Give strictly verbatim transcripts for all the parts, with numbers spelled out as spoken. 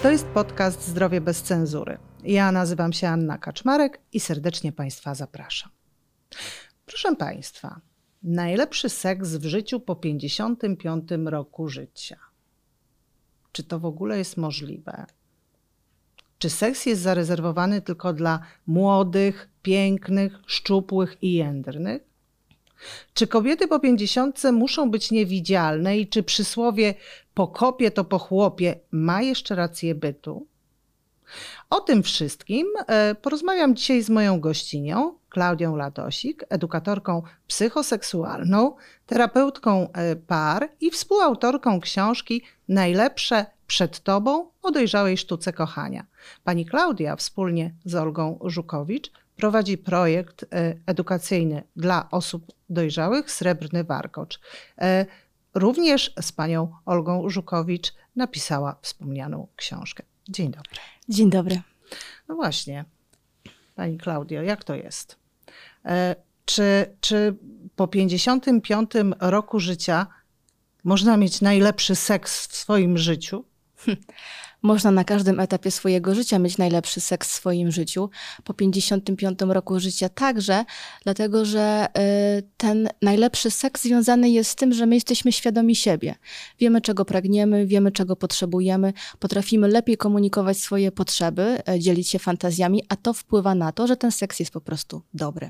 To jest podcast Zdrowie bez cenzury. Ja nazywam się Anna Kaczmarek i serdecznie Państwa zapraszam. Proszę Państwa, najlepszy seks w życiu po pięćdziesiątym piątym roku życia. Czy to w ogóle jest możliwe? Czy seks jest zarezerwowany tylko dla młodych, pięknych, szczupłych i jędrnych? Czy kobiety po pięćdziesiątce muszą być niewidzialne i czy przysłowie po kopie to po chłopie ma jeszcze rację bytu? O tym wszystkim porozmawiam dzisiaj z moją gościnią, Klaudią Latosik, edukatorką psychoseksualną, terapeutką par i współautorką książki Najlepsze przed tobą o dojrzałej sztuce kochania. Pani Klaudia wspólnie z Olgą Żukowicz prowadzi projekt edukacyjny dla osób dojrzałych Srebrny Warkocz. Również z panią Olgą Żukowicz napisała wspomnianą książkę. Dzień dobry. Dzień dobry. No właśnie, pani Klaudio, jak to jest? Czy, czy po pięćdziesiątym piątym roku życia można mieć najlepszy seks w swoim życiu? Hm. Można na każdym etapie swojego życia mieć najlepszy seks w swoim życiu. Po pięćdziesiątym piątym roku życia także, dlatego że ten najlepszy seks związany jest z tym, że my jesteśmy świadomi siebie. Wiemy, czego pragniemy, wiemy, czego potrzebujemy, potrafimy lepiej komunikować swoje potrzeby, dzielić się fantazjami, a to wpływa na to, że ten seks jest po prostu dobry.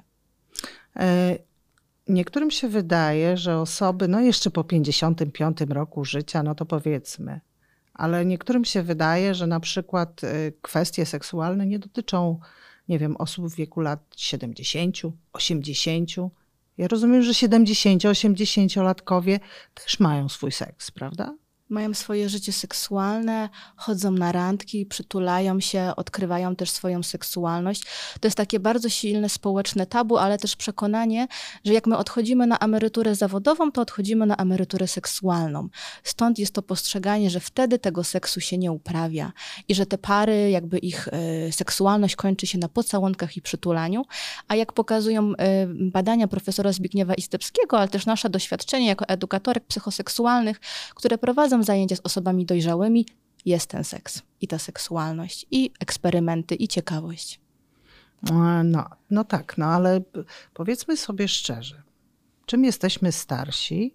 Niektórym się wydaje, że osoby, no jeszcze po pięćdziesiątym piątym roku życia, no to powiedzmy, ale niektórym się wydaje, że na przykład kwestie seksualne nie dotyczą, nie wiem, osób w wieku lat siedemdziesięciu, osiemdziesięciu. Ja rozumiem, że siedemdziesięcio-, osiemdziesięciolatkowie też mają swój seks, prawda? Mają swoje życie seksualne, chodzą na randki, przytulają się, odkrywają też swoją seksualność. To jest takie bardzo silne społeczne tabu, ale też przekonanie, że jak my odchodzimy na emeryturę zawodową, to odchodzimy na emeryturę seksualną. Stąd jest to postrzeganie, że wtedy tego seksu się nie uprawia i że te pary, jakby ich y, seksualność kończy się na pocałunkach i przytulaniu, a jak pokazują y, badania profesora Zbigniewa Istebskiego, ale też nasze doświadczenie jako edukatorek psychoseksualnych, które prowadzą zajęcia z osobami dojrzałymi, jest ten seks i ta seksualność, i eksperymenty, i ciekawość. No, no tak, no ale powiedzmy sobie szczerze, czym jesteśmy starsi,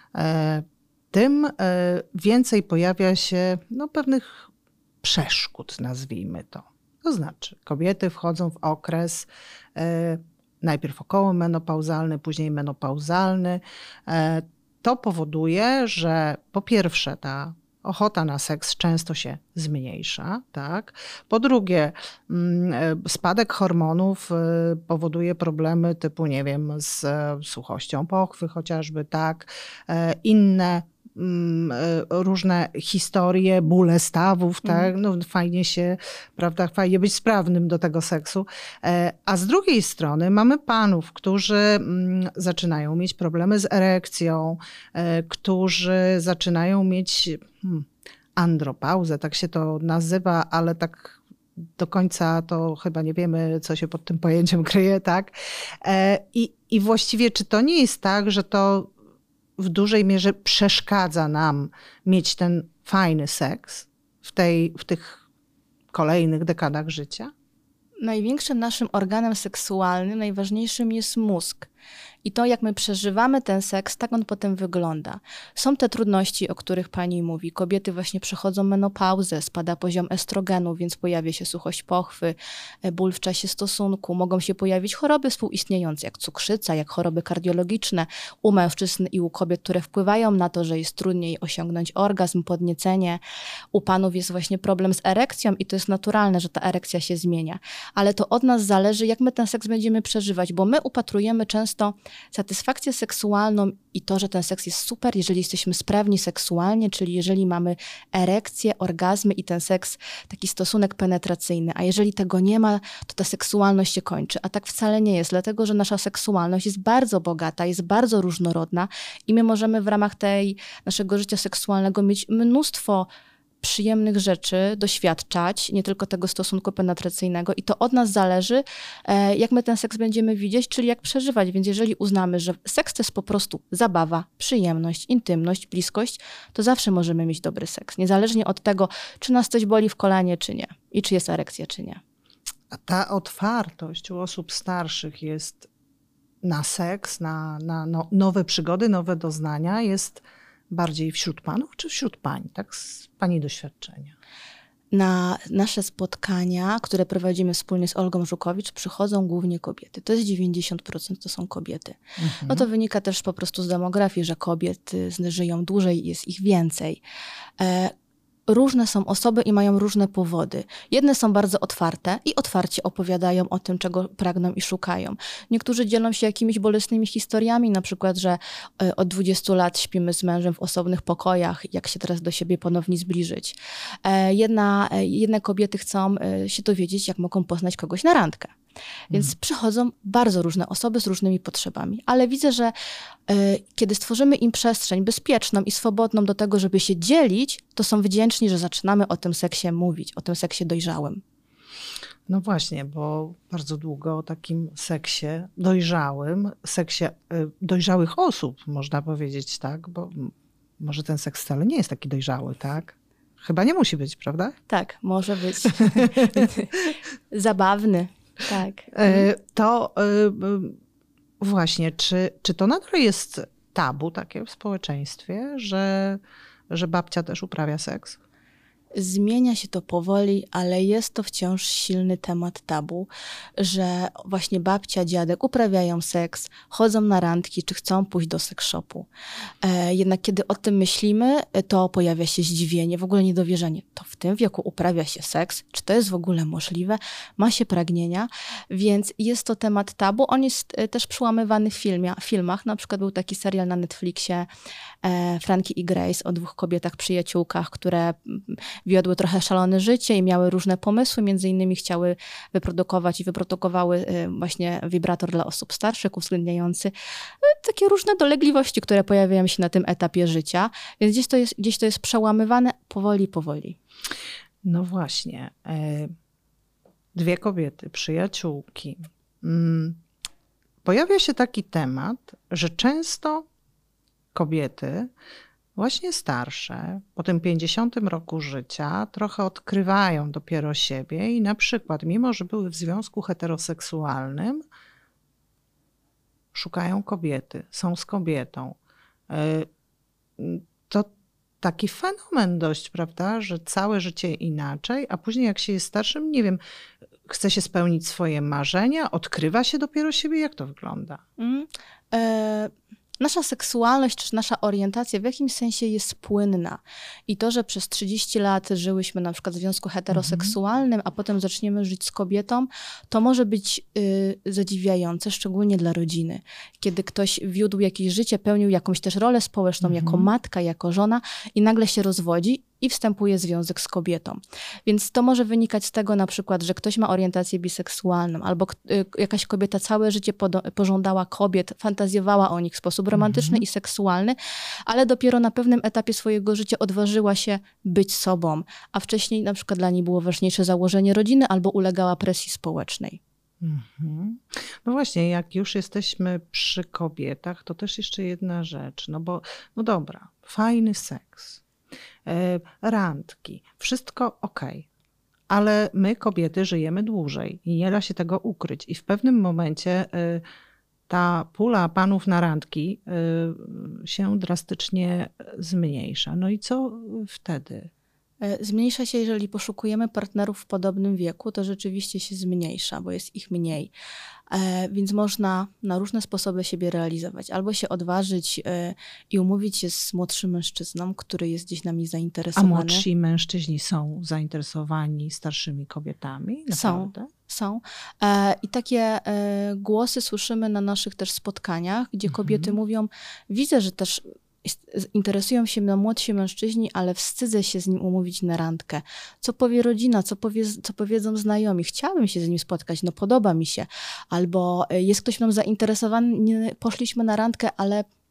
tym więcej pojawia się no, pewnych przeszkód, nazwijmy to. To znaczy, kobiety wchodzą w okres najpierw okołomenopauzalny, później menopauzalny. To powoduje, że po pierwsze ta ochota na seks często się zmniejsza, tak? Po drugie, spadek hormonów powoduje problemy typu, nie wiem, z suchością pochwy chociażby, tak? Inne różne historie, bóle stawów, tak? No fajnie się, prawda, fajnie być sprawnym do tego seksu. A z drugiej strony mamy panów, którzy zaczynają mieć problemy z erekcją, którzy zaczynają mieć hmm, andropauzę, tak się to nazywa, ale tak do końca to chyba nie wiemy, co się pod tym pojęciem kryje, tak? I, i właściwie czy to nie jest tak, że to w dużej mierze przeszkadza nam mieć ten fajny seks w, tej, w tych kolejnych dekadach życia? Największym naszym organem seksualnym, najważniejszym jest mózg. I to, jak my przeżywamy ten seks, tak on potem wygląda. Są te trudności, o których pani mówi. Kobiety właśnie przechodzą menopauzę, spada poziom estrogenu, więc pojawia się suchość pochwy, ból w czasie stosunku. Mogą się pojawić choroby współistniejące, jak cukrzyca, jak choroby kardiologiczne u mężczyzn i u kobiet, które wpływają na to, że jest trudniej osiągnąć orgazm, podniecenie. U panów jest właśnie problem z erekcją i to jest naturalne, że ta erekcja się zmienia. Ale to od nas zależy, jak my ten seks będziemy przeżywać, bo my upatrujemy często satysfakcję seksualną i to, że ten seks jest super, jeżeli jesteśmy sprawni seksualnie, czyli jeżeli mamy erekcję, orgazmy i ten seks, taki stosunek penetracyjny, a jeżeli tego nie ma, to ta seksualność się kończy, a tak wcale nie jest, dlatego że nasza seksualność jest bardzo bogata, jest bardzo różnorodna i my możemy w ramach tej naszego życia seksualnego mieć mnóstwo przyjemnych rzeczy doświadczać, nie tylko tego stosunku penetracyjnego i to od nas zależy, e, jak my ten seks będziemy widzieć, czyli jak przeżywać. Więc jeżeli uznamy, że seks to jest po prostu zabawa, przyjemność, intymność, bliskość, to zawsze możemy mieć dobry seks, niezależnie od tego, czy nas coś boli w kolanie, czy nie i czy jest erekcja, czy nie. A ta otwartość u osób starszych jest na seks, na, na no, nowe przygody, nowe doznania, jest bardziej wśród panów czy wśród pań, tak z pani doświadczenia? Na nasze spotkania, które prowadzimy wspólnie z Olgą Żukowicz, przychodzą głównie kobiety. To jest dziewięćdziesiąt procent to są kobiety. Mhm. No to wynika też po prostu z demografii, że kobiety żyją dłużej, jest ich więcej. E, Różne są osoby i mają różne powody. Jedne są bardzo otwarte i otwarcie opowiadają o tym, czego pragną i szukają. Niektórzy dzielą się jakimiś bolesnymi historiami, na przykład, że od dwudziestu lat śpimy z mężem w osobnych pokojach, jak się teraz do siebie ponownie zbliżyć. Jedna, jedne kobiety chcą się dowiedzieć, jak mogą poznać kogoś na randkę. Więc hmm. przychodzą bardzo różne osoby z różnymi potrzebami. Ale widzę, że y, kiedy stworzymy im przestrzeń bezpieczną i swobodną do tego, żeby się dzielić, to są wdzięczni, że zaczynamy o tym seksie mówić, o tym seksie dojrzałym. No właśnie, bo bardzo długo o takim seksie dojrzałym, seksie y, dojrzałych osób, można powiedzieć, tak? Bo może ten seks wcale nie jest taki dojrzały, tak? Chyba nie musi być, prawda? Tak, może być zabawny. Tak. To właśnie, czy, czy to nadal jest tabu takie w społeczeństwie, że, że babcia też uprawia seks? Zmienia się to powoli, ale jest to wciąż silny temat tabu, że właśnie babcia, dziadek uprawiają seks, chodzą na randki, czy chcą pójść do seks shopu. E, jednak kiedy o tym myślimy, to pojawia się zdziwienie, w ogóle niedowierzanie. To w tym wieku uprawia się seks? Czy to jest w ogóle możliwe? Ma się pragnienia? Więc jest to temat tabu. On jest też przełamywany w filmie, filmach. Na przykład był taki serial na Netflixie e, Frankie i Grace o dwóch kobietach, przyjaciółkach, które wiodły trochę szalone życie i miały różne pomysły, między innymi chciały wyprodukować i wyprodukowały właśnie wibrator dla osób starszych, uwzględniający takie różne dolegliwości, które pojawiają się na tym etapie życia. Więc gdzieś to jest, gdzieś to jest przełamywane powoli, powoli. No właśnie. Dwie kobiety, przyjaciółki. Pojawia się taki temat, że często kobiety właśnie starsze, po tym pięćdziesiątym roku życia, trochę odkrywają dopiero siebie i na przykład, mimo że były w związku heteroseksualnym, szukają kobiety, są z kobietą. To taki fenomen dość, prawda, że całe życie inaczej, a później jak się jest starszym, nie wiem, chce się spełnić swoje marzenia, odkrywa się dopiero siebie, jak to wygląda? Mm, e Nasza seksualność, czy nasza orientacja w jakimś sensie jest płynna. I to, że przez trzydzieści lat żyłyśmy na przykład w związku heteroseksualnym, a potem zaczniemy żyć z kobietą, to może być y, zadziwiające, szczególnie dla rodziny. Kiedy ktoś wiódł jakieś życie, pełnił jakąś też rolę społeczną, mhm. jako matka, jako żona i nagle się rozwodzi i wstępuje związek z kobietą. Więc to może wynikać z tego na przykład, że ktoś ma orientację biseksualną, albo y, jakaś kobieta całe życie pod, pożądała kobiet, fantazjowała o nich w sposób romantyczny mm-hmm. i seksualny, ale dopiero na pewnym etapie swojego życia odważyła się być sobą, a wcześniej na przykład dla niej było ważniejsze założenie rodziny albo ulegała presji społecznej. Mm-hmm. No właśnie, jak już jesteśmy przy kobietach, to też jeszcze jedna rzecz, no bo no dobra, fajny seks, randki, wszystko okej, ale my kobiety żyjemy dłużej i nie da się tego ukryć i w pewnym momencie ta pula panów na randki się drastycznie zmniejsza. No i co wtedy? Zmniejsza się, jeżeli poszukujemy partnerów w podobnym wieku, to rzeczywiście się zmniejsza, bo jest ich mniej. Więc można na różne sposoby siebie realizować. Albo się odważyć i umówić się z młodszym mężczyzną, który jest gdzieś nami zainteresowany. A młodsi mężczyźni są zainteresowani starszymi kobietami? Naprawdę? Są. Są. I takie głosy słyszymy na naszych też spotkaniach, gdzie mhm. kobiety mówią, widzę, że też interesują się mną młodsi mężczyźni, ale wstydzę się z nim umówić na randkę. Co powie rodzina, co, powie, co powiedzą znajomi? Chciałabym się z nim spotkać, no podoba mi się. Albo jest ktoś mną zainteresowany, nie, poszliśmy na randkę, ale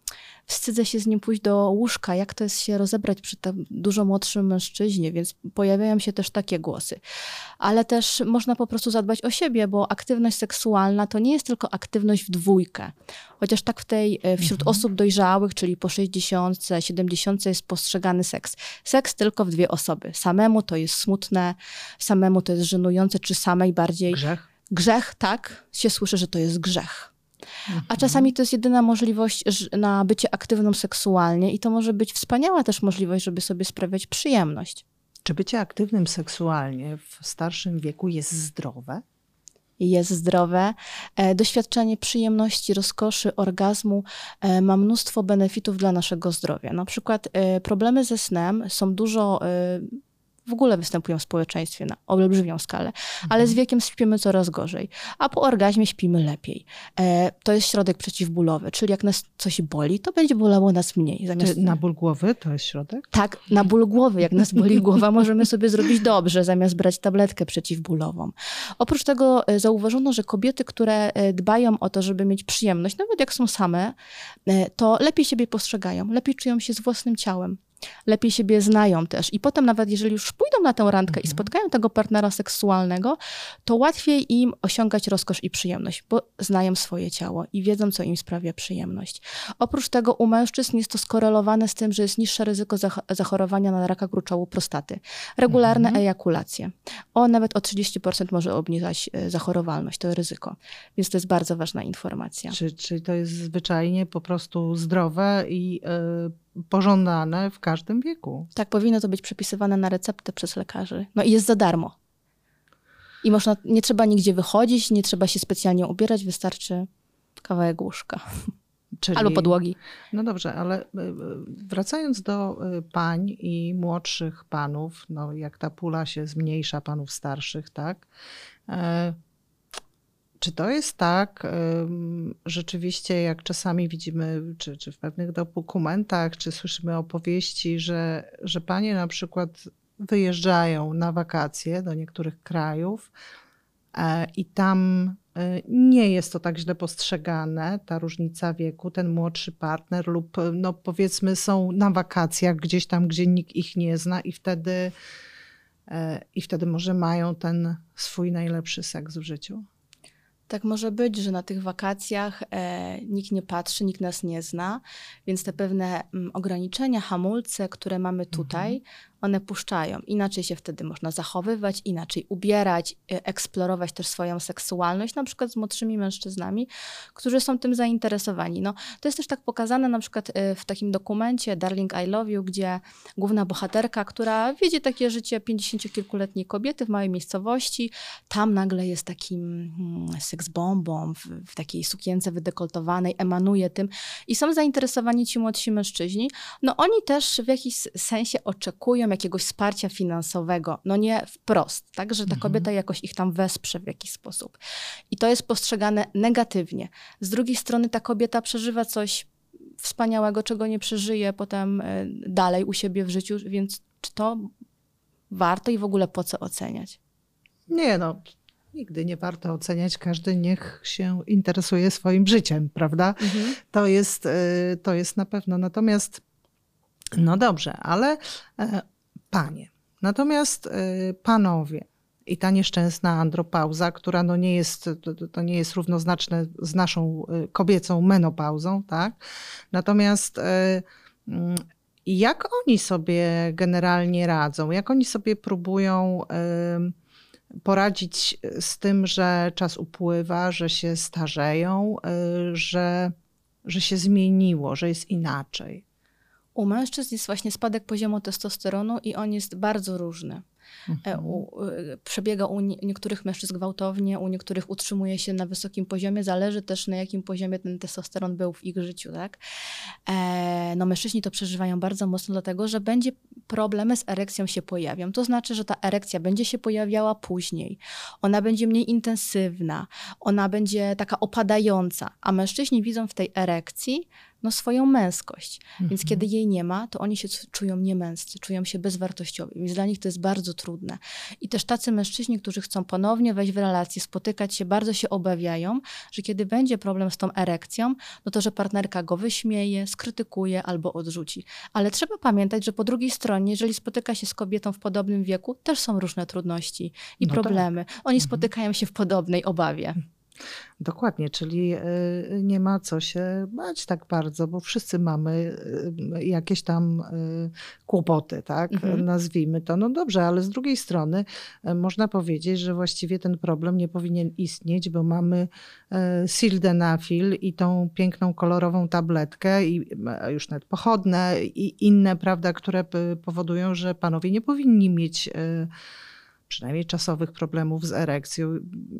wstydzę się z nim pójść do łóżka, jak to jest się rozebrać przy tam dużo młodszym mężczyźnie, więc pojawiają się też takie głosy. Ale też można po prostu zadbać o siebie, bo aktywność seksualna to nie jest tylko aktywność w dwójkę. Chociaż tak w tej, wśród mhm. osób dojrzałych, czyli po sześćdziesiątce, siedemdziesiątce jest postrzegany seks. Seks tylko w dwie osoby. Samemu to jest smutne, samemu to jest żenujące, czy samej bardziej... Grzech? Grzech, tak. Się słyszy, że to jest grzech. Mhm. A czasami to jest jedyna możliwość na bycie aktywną seksualnie i to może być wspaniała też możliwość, żeby sobie sprawiać przyjemność. Czy bycie aktywnym seksualnie w starszym wieku jest zdrowe? Jest zdrowe. Doświadczenie przyjemności, rozkoszy, orgazmu ma mnóstwo benefitów dla naszego zdrowia. Na przykład problemy ze snem są dużo... w ogóle występują w społeczeństwie na olbrzymią skalę, ale z wiekiem śpimy coraz gorzej, a po orgazmie śpimy lepiej. E, to jest środek przeciwbólowy, czyli jak nas coś boli, to będzie bolało nas mniej. Zamiast... Czy na ból głowy to jest środek? Tak, na ból głowy. Jak nas boli głowa, możemy sobie zrobić dobrze, zamiast brać tabletkę przeciwbólową. Oprócz tego zauważono, że kobiety, które dbają o to, żeby mieć przyjemność, nawet jak są same, to lepiej siebie postrzegają, lepiej czują się z własnym ciałem. Lepiej siebie znają też. I potem nawet jeżeli już pójdą na tę randkę mhm. i spotkają tego partnera seksualnego, to łatwiej im osiągać rozkosz i przyjemność, bo znają swoje ciało i wiedzą, co im sprawia przyjemność. Oprócz tego u mężczyzn jest to skorelowane z tym, że jest niższe ryzyko zachorowania na raka gruczołu prostaty. Regularne mhm. ejakulacje. O nawet o trzydzieści procent może obniżać zachorowalność, to ryzyko. Więc to jest bardzo ważna informacja. Czy, czy to jest zwyczajnie po prostu zdrowe i yy... pożądane w każdym wieku. Tak, powinno to być przepisywane na receptę przez lekarzy. No i jest za darmo. I można, nie trzeba nigdzie wychodzić, nie trzeba się specjalnie ubierać, wystarczy kawałek łóżka. Czyli, albo podłogi. No dobrze, ale wracając do pań i młodszych panów, no jak ta pula się zmniejsza, panów starszych, tak? E Czy to jest tak, rzeczywiście, jak czasami widzimy, czy, czy w pewnych dokumentach, czy słyszymy opowieści, że, że panie na przykład wyjeżdżają na wakacje do niektórych krajów i tam nie jest to tak źle postrzegane, ta różnica wieku, ten młodszy partner lub no powiedzmy są na wakacjach gdzieś tam, gdzie nikt ich nie zna i wtedy, i wtedy może mają ten swój najlepszy seks w życiu? Tak może być, że na tych wakacjach e, nikt nie patrzy, nikt nas nie zna, więc te pewne m, ograniczenia, hamulce, które mamy tutaj, mhm. one puszczają. Inaczej się wtedy można zachowywać, inaczej ubierać, e, eksplorować też swoją seksualność, na przykład z młodszymi mężczyznami, którzy są tym zainteresowani. No, to jest też tak pokazane na przykład e, w takim dokumencie Darling, I Love You, gdzie główna bohaterka, która wiedzie takie życie pięćdziesięciokilkuletniej kobiety w małej miejscowości, tam nagle jest takim hmm, z bombą, w, w takiej sukience wydekoltowanej, emanuje tym i są zainteresowani ci młodsi mężczyźni. No oni też w jakiś sensie oczekują jakiegoś wsparcia finansowego, no nie wprost, tak, że ta mhm. kobieta jakoś ich tam wesprze w jakiś sposób. I to jest postrzegane negatywnie. Z drugiej strony ta kobieta przeżywa coś wspaniałego, czego nie przeżyje potem dalej u siebie w życiu, więc czy to warto i w ogóle po co oceniać? Nie no, nigdy nie warto oceniać, każdy niech się interesuje swoim życiem, prawda? Mhm. To jest, to jest na pewno. Natomiast, no dobrze, ale e, panie, natomiast e, panowie i ta nieszczęsna andropauza, która no nie jest, to, to nie jest równoznaczne z naszą kobiecą menopauzą, tak? Natomiast e, jak oni sobie generalnie radzą? Jak oni sobie próbują e, poradzić z tym, że czas upływa, że się starzeją, że, że się zmieniło, że jest inaczej? U mężczyzn jest właśnie spadek poziomu testosteronu i on jest bardzo różny. Mhm. U, przebiega u niektórych mężczyzn gwałtownie, u niektórych utrzymuje się na wysokim poziomie, zależy też na jakim poziomie ten testosteron był w ich życiu, tak? E, no mężczyźni to przeżywają bardzo mocno dlatego, że będzie problemy z erekcją się pojawią. To znaczy, że ta erekcja będzie się pojawiała później. Ona będzie mniej intensywna, ona będzie taka opadająca, a mężczyźni widzą w tej erekcji no, swoją męskość. Mhm. Więc kiedy jej nie ma, to oni się czują niemęscy, czują się bezwartościowi. Więc dla nich to jest bardzo trudne. I też tacy mężczyźni, którzy chcą ponownie wejść w relację, spotykać się, bardzo się obawiają, że kiedy będzie problem z tą erekcją, no to, że partnerka go wyśmieje, skrytykuje albo odrzuci. Ale trzeba pamiętać, że po drugiej stronie, jeżeli spotyka się z kobietą w podobnym wieku, też są różne trudności i No problemy. tak. Oni Mhm. spotykają się w podobnej obawie. Dokładnie, czyli y, nie ma co się bać tak bardzo, bo wszyscy mamy y, jakieś tam y, kłopoty, tak? Mhm. Nazwijmy to. No dobrze, ale z drugiej strony y, można powiedzieć, że właściwie ten problem nie powinien istnieć, bo mamy y, sildenafil i tą piękną kolorową tabletkę i y, już nawet pochodne i inne, prawda, które y, powodują, że panowie nie powinni mieć y, przynajmniej czasowych problemów z erekcją.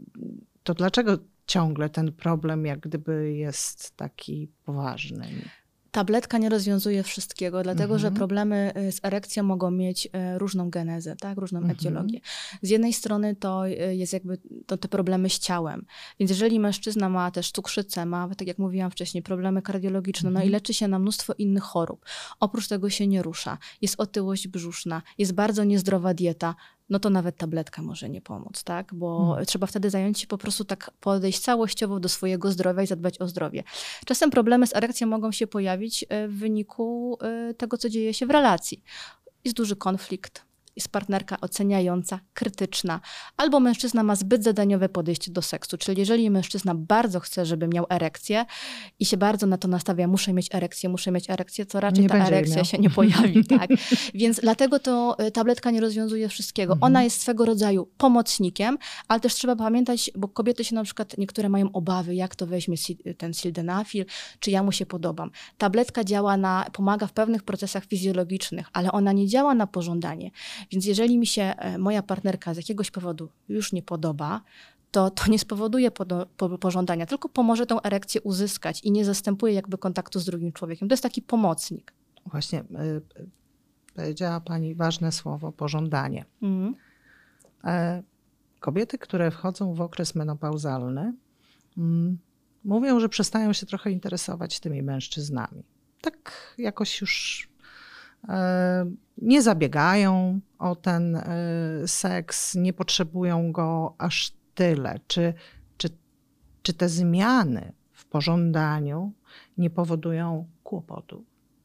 To dlaczego ciągle ten problem jak gdyby jest taki poważny? Tabletka nie rozwiązuje wszystkiego, dlatego Mhm. że problemy z erekcją mogą mieć różną genezę, tak? Różną Mhm. etiologię. Z jednej strony to jest jakby to te problemy z ciałem. Więc jeżeli mężczyzna ma też cukrzycę, ma, tak jak mówiłam wcześniej, problemy kardiologiczne, no i leczy się na mnóstwo innych chorób. Oprócz tego się nie rusza. Jest otyłość brzuszna, jest bardzo niezdrowa dieta, no to nawet tabletka może nie pomóc, tak? Bo hmm. trzeba wtedy zająć się po prostu tak podejść całościowo do swojego zdrowia i zadbać o zdrowie. Czasem problemy z erekcją mogą się pojawić w wyniku tego, co dzieje się w relacji. Jest duży konflikt, jest partnerka oceniająca, krytyczna, albo mężczyzna ma zbyt zadaniowe podejście do seksu, czyli jeżeli mężczyzna bardzo chce, żeby miał erekcję i się bardzo na to nastawia, muszę mieć erekcję, muszę mieć erekcję, to raczej nie ta erekcja miał. się nie pojawi. Tak? Więc dlatego to tabletka nie rozwiązuje wszystkiego. Mhm. Ona jest swego rodzaju pomocnikiem, ale też trzeba pamiętać, bo kobiety się na przykład, niektóre mają obawy, jak to weźmie ten sildenafil, czy ja mu się podobam. Tabletka działa na, pomaga w pewnych procesach fizjologicznych, ale ona nie działa na pożądanie. Więc jeżeli mi się moja partnerka z jakiegoś powodu już nie podoba, to to nie spowoduje podo- po- pożądania, tylko pomoże tę erekcję uzyskać i nie zastępuje jakby kontaktu z drugim człowiekiem. To jest taki pomocnik. Właśnie y, y, powiedziała pani ważne słowo, pożądanie. Mhm. E, kobiety, które wchodzą w okres menopauzalny, mm, mówią, że przestają się trochę interesować tymi mężczyznami. Tak jakoś już nie zabiegają o ten seks, nie potrzebują go aż tyle. Czy, czy, czy te zmiany w pożądaniu nie powodują kłopotu?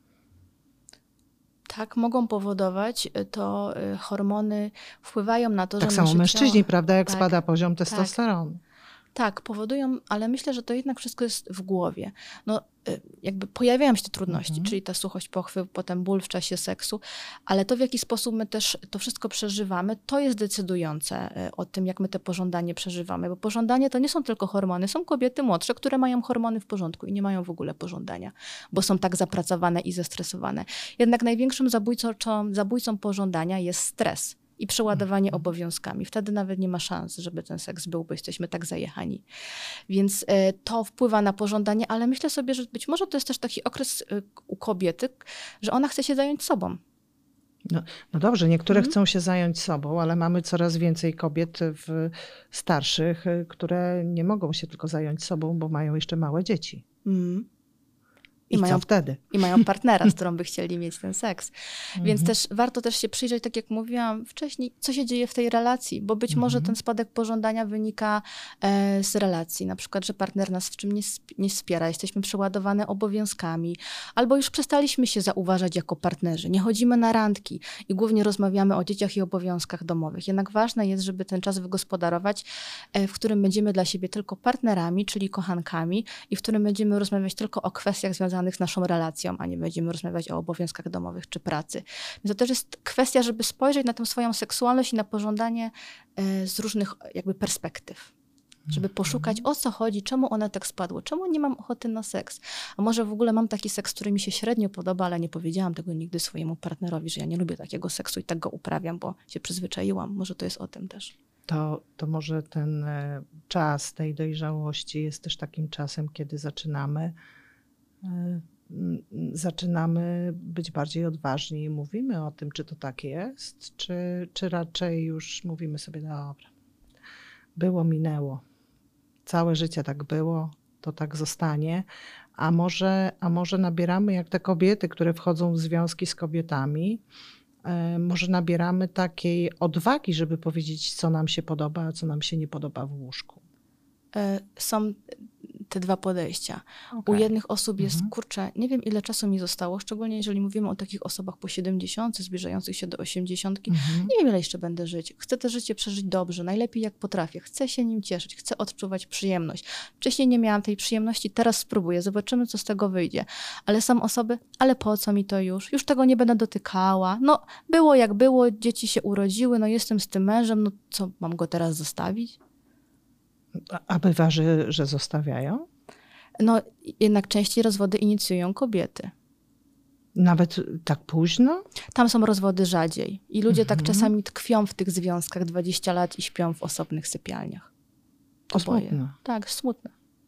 Tak, mogą powodować, to hormony wpływają na to, tak że samo nasze mężczyźni, ciało, prawda, jak tak, spada poziom testosteronu. Tak. Tak, powodują, ale myślę, że to jednak wszystko jest w głowie. No, jakby pojawiają się te trudności, mhm. czyli ta suchość pochwy, potem ból w czasie seksu, ale to, w jaki sposób my też to wszystko przeżywamy, to jest decydujące o tym, jak my te pożądanie przeżywamy, bo pożądanie to nie są tylko hormony, są kobiety młodsze, które mają hormony w porządku i nie mają w ogóle pożądania, bo są tak zapracowane i zestresowane. Jednak największym zabójcą, zabójcą pożądania jest stres i przeładowanie mhm. obowiązkami. Wtedy nawet nie ma szans, żeby ten seks był, bo jesteśmy tak zajechani. Więc y, to wpływa na pożądanie, ale myślę sobie, że być może to jest też taki okres y, u kobiety, że ona chce się zająć sobą. No, no dobrze, niektóre mhm. chcą się zająć sobą, ale mamy coraz więcej kobiet w starszych, które nie mogą się tylko zająć sobą, bo mają jeszcze małe dzieci. Mhm. I, I mają, co wtedy? I mają partnera, z którą by chcieli mieć ten seks. Mhm. Więc też warto też się przyjrzeć, tak jak mówiłam wcześniej, co się dzieje w tej relacji, bo być mhm. może ten spadek pożądania wynika e, z relacji. Na przykład, że partner nas w czym nie, nie wspiera, jesteśmy przeładowane obowiązkami, albo już przestaliśmy się zauważać jako partnerzy. Nie chodzimy na randki i głównie rozmawiamy o dzieciach i obowiązkach domowych. Jednak ważne jest, żeby ten czas wygospodarować, e, w którym będziemy dla siebie tylko partnerami, czyli kochankami i w którym będziemy rozmawiać tylko o kwestiach związanych z naszą relacją, a nie będziemy rozmawiać o obowiązkach domowych czy pracy. Więc to też jest kwestia, żeby spojrzeć na tę swoją seksualność i na pożądanie z różnych jakby perspektyw. Żeby poszukać, o co chodzi, czemu ona tak spadło, czemu nie mam ochoty na seks. A może w ogóle mam taki seks, który mi się średnio podoba, ale nie powiedziałam tego nigdy swojemu partnerowi, że ja nie lubię takiego seksu i tak go uprawiam, bo się przyzwyczaiłam. Może to jest o tym też. To, to może ten czas tej dojrzałości jest też takim czasem, kiedy zaczynamy zaczynamy być bardziej odważni i mówimy o tym, czy to tak jest, czy, czy raczej już mówimy sobie, dobra, było, minęło, całe życie tak było, to tak zostanie, a może, a może nabieramy jak te kobiety, które wchodzą w związki z kobietami, może nabieramy takiej odwagi, żeby powiedzieć, co nam się podoba, a co nam się nie podoba w łóżku? Są te dwa podejścia. Okay. U jednych osób jest, mhm. kurczę, nie wiem ile czasu mi zostało, szczególnie jeżeli mówimy o takich osobach po siedemdziesiątce, zbliżających się do osiemdziesiątki. Mhm. Nie wiem ile jeszcze będę żyć. Chcę to życie przeżyć dobrze, najlepiej jak potrafię. Chcę się nim cieszyć, chcę odczuwać przyjemność. Wcześniej nie miałam tej przyjemności, teraz spróbuję, zobaczymy co z tego wyjdzie. Ale są osoby, ale po co mi to już? Już tego nie będę dotykała. No było jak było, dzieci się urodziły, no jestem z tym mężem, no co, mam go teraz zostawić? A bywa, że, że zostawiają? No jednak częściej rozwody inicjują kobiety. Nawet tak późno? Tam są rozwody rzadziej. I ludzie mhm. tak czasami tkwią w tych związkach dwadzieścia lat i śpią w osobnych sypialniach. To smutne. Tak, smutne.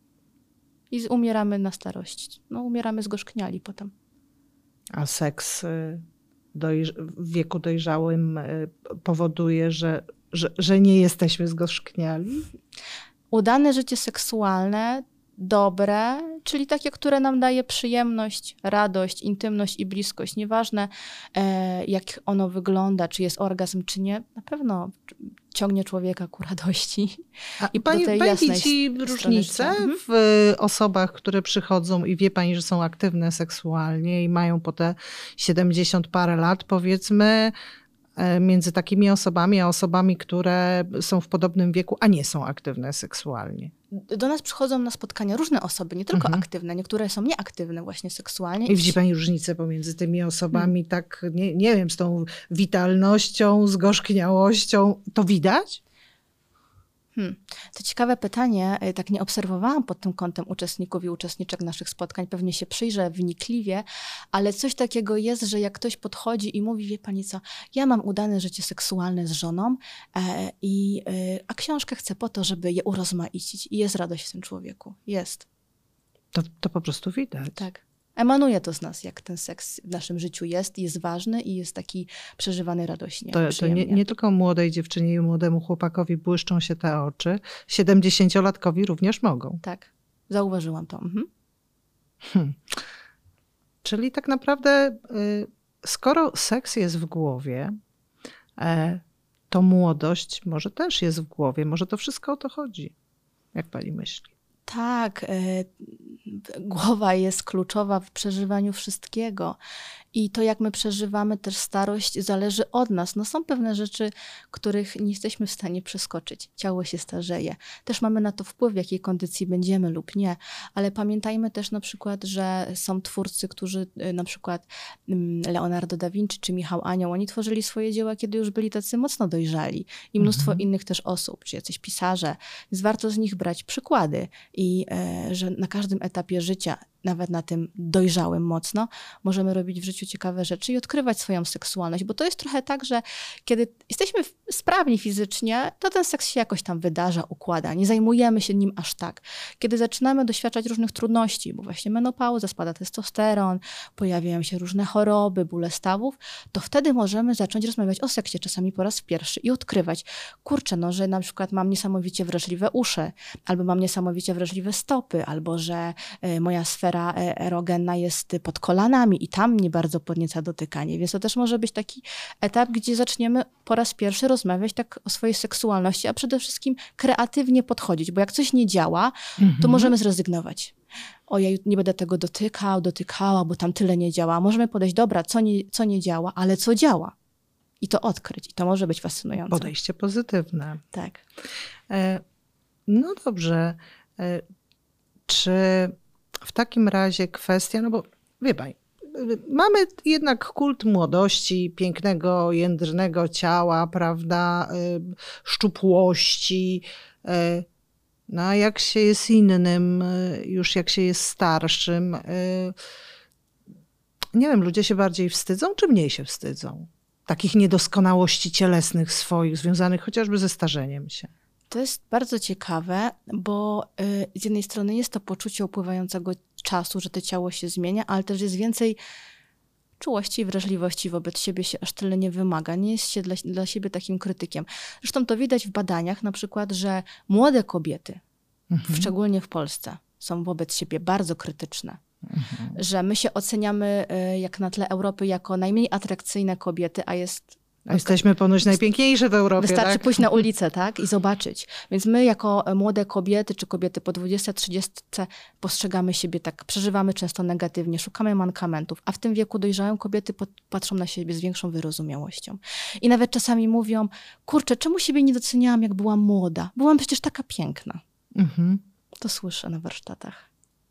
I umieramy na starość. No umieramy zgorzkniali potem. A seks dojrz- w wieku dojrzałym powoduje, że, że, że nie jesteśmy zgorzkniali? Udane życie seksualne, dobre, czyli takie, które nam daje przyjemność, radość, intymność i bliskość. Nieważne e, jak ono wygląda, czy jest orgazm, czy nie, na pewno ciągnie człowieka ku radości. A I pani, do tej pani jasnej widzi różnicę mhm. w osobach, które przychodzą i wie pani, że są aktywne seksualnie i mają po te siedemdziesiąt parę lat, powiedzmy, między takimi osobami, a osobami, które są w podobnym wieku, a nie są aktywne seksualnie? Do nas przychodzą na spotkania różne osoby, nie tylko mhm. aktywne, niektóre są nieaktywne właśnie seksualnie. I widzi pani różnicę pomiędzy tymi osobami, hmm. tak, nie, nie wiem, z tą witalnością, zgorzkniałością, to widać? Hmm. To ciekawe pytanie, tak nie obserwowałam pod tym kątem uczestników i uczestniczek naszych spotkań, pewnie się przyjrzę wnikliwie, ale coś takiego jest, że jak ktoś podchodzi i mówi, wie pani co, ja mam udane życie seksualne z żoną, e, i, e, a książkę chcę po to, żeby je urozmaicić i jest radość w tym człowieku. Jest. To, to po prostu widać. Tak. Emanuje to z nas, jak ten seks w naszym życiu jest, jest ważny i jest taki przeżywany radośnie. To, to nie, nie tylko młodej dziewczynie i młodemu chłopakowi błyszczą się te oczy, siedemdziesięciolatkowi również mogą. Tak, zauważyłam to. Mhm. Hmm. Czyli tak naprawdę, skoro seks jest w głowie, to młodość może też jest w głowie. Może to wszystko o to chodzi. Jak pani myśli? Tak, y, głowa jest kluczowa w przeżywaniu wszystkiego i to, jak my przeżywamy też starość, zależy od nas. No są pewne rzeczy, których nie jesteśmy w stanie przeskoczyć. Ciało się starzeje. Też mamy na to wpływ, w jakiej kondycji będziemy lub nie, ale pamiętajmy też na przykład, że są twórcy, którzy na przykład Leonardo da Vinci czy Michał Anioł, oni tworzyli swoje dzieła, kiedy już byli tacy mocno dojrzali i mnóstwo mhm. innych też osób, czy jacyś pisarze, więc warto z nich brać przykłady. I e, że na każdym etapie życia, nawet na tym dojrzałym mocno, możemy robić w życiu ciekawe rzeczy i odkrywać swoją seksualność, bo to jest trochę tak, że kiedy jesteśmy sprawni fizycznie, to ten seks się jakoś tam wydarza, układa, nie zajmujemy się nim aż tak. Kiedy zaczynamy doświadczać różnych trudności, bo właśnie menopauza, spada testosteron, pojawiają się różne choroby, bóle stawów, to wtedy możemy zacząć rozmawiać o seksie czasami po raz pierwszy i odkrywać, kurczę, no, że na przykład mam niesamowicie wrażliwe uszy, albo mam niesamowicie wrażliwe stopy, albo że y, moja sfera erogenna jest pod kolanami i tam nie bardzo podnieca dotykanie, więc to też może być taki etap, gdzie zaczniemy po raz pierwszy rozmawiać tak o swojej seksualności, a przede wszystkim kreatywnie podchodzić, bo jak coś nie działa, mhm. to możemy zrezygnować. Ojej, nie będę tego dotykał, dotykała, bo tam tyle nie działa. Możemy podejść, dobra, co nie, co nie działa, ale co działa. I to odkryć. I to może być fascynujące. Podejście pozytywne. Tak. E, no dobrze. E, czy w takim razie kwestia, no bo wie pani, mamy jednak kult młodości, pięknego, jędrnego ciała, prawda, szczupłości. No a jak się jest innym, już jak się jest starszym, nie wiem, ludzie się bardziej wstydzą, czy mniej się wstydzą? Takich niedoskonałości cielesnych swoich, związanych chociażby ze starzeniem się. To jest bardzo ciekawe, bo y, z jednej strony jest to poczucie upływającego czasu, że to ciało się zmienia, ale też jest więcej czułości i wrażliwości wobec siebie, się aż tyle nie wymaga. Nie jest się dla, dla siebie takim krytykiem. Zresztą to widać w badaniach, na przykład, że młode kobiety, mhm. szczególnie w Polsce, są wobec siebie bardzo krytyczne. Mhm. Że my się oceniamy jak na tle Europy jako najmniej atrakcyjne kobiety, a jest... A jesteśmy ponoć najpiękniejsze w Europie, Wystarczy tak? pójść na ulicę, tak? I zobaczyć. Więc my jako młode kobiety, czy kobiety po dwudziestce, trzydziestce postrzegamy siebie tak, przeżywamy często negatywnie, szukamy mankamentów, a w tym wieku dojrzałe kobiety patrzą na siebie z większą wyrozumiałością. I nawet czasami mówią, kurczę, czemu siebie nie doceniałam, jak byłam młoda? Byłam przecież taka piękna. Mhm. To słyszę na warsztatach.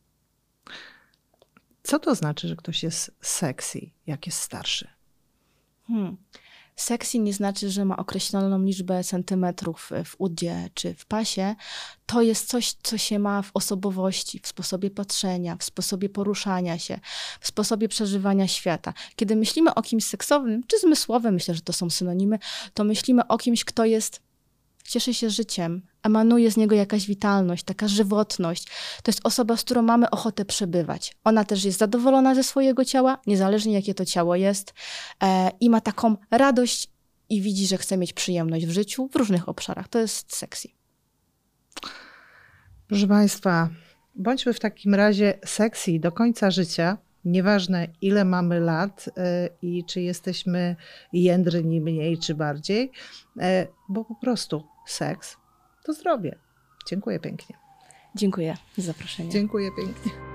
Co to znaczy, że ktoś jest sexy, jak jest starszy? Hmm. Sexy nie znaczy, że ma określoną liczbę centymetrów w udzie czy w pasie. To jest coś, co się ma w osobowości, w sposobie patrzenia, w sposobie poruszania się, w sposobie przeżywania świata. Kiedy myślimy o kimś seksownym czy zmysłowym, myślę, że to są synonimy, to myślimy o kimś, kto jest, cieszy się życiem, emanuje z niego jakaś witalność, taka żywotność. To jest osoba, z którą mamy ochotę przebywać. Ona też jest zadowolona ze swojego ciała, niezależnie jakie to ciało jest, e, i ma taką radość i widzi, że chce mieć przyjemność w życiu w różnych obszarach. To jest sexy. Proszę Państwa, bądźmy w takim razie sexy do końca życia. Nieważne, ile mamy lat yy, i czy jesteśmy jędrni mniej czy bardziej, yy, bo po prostu seks to zdrowie. Dziękuję pięknie. Dziękuję za zaproszenie. Dziękuję pięknie.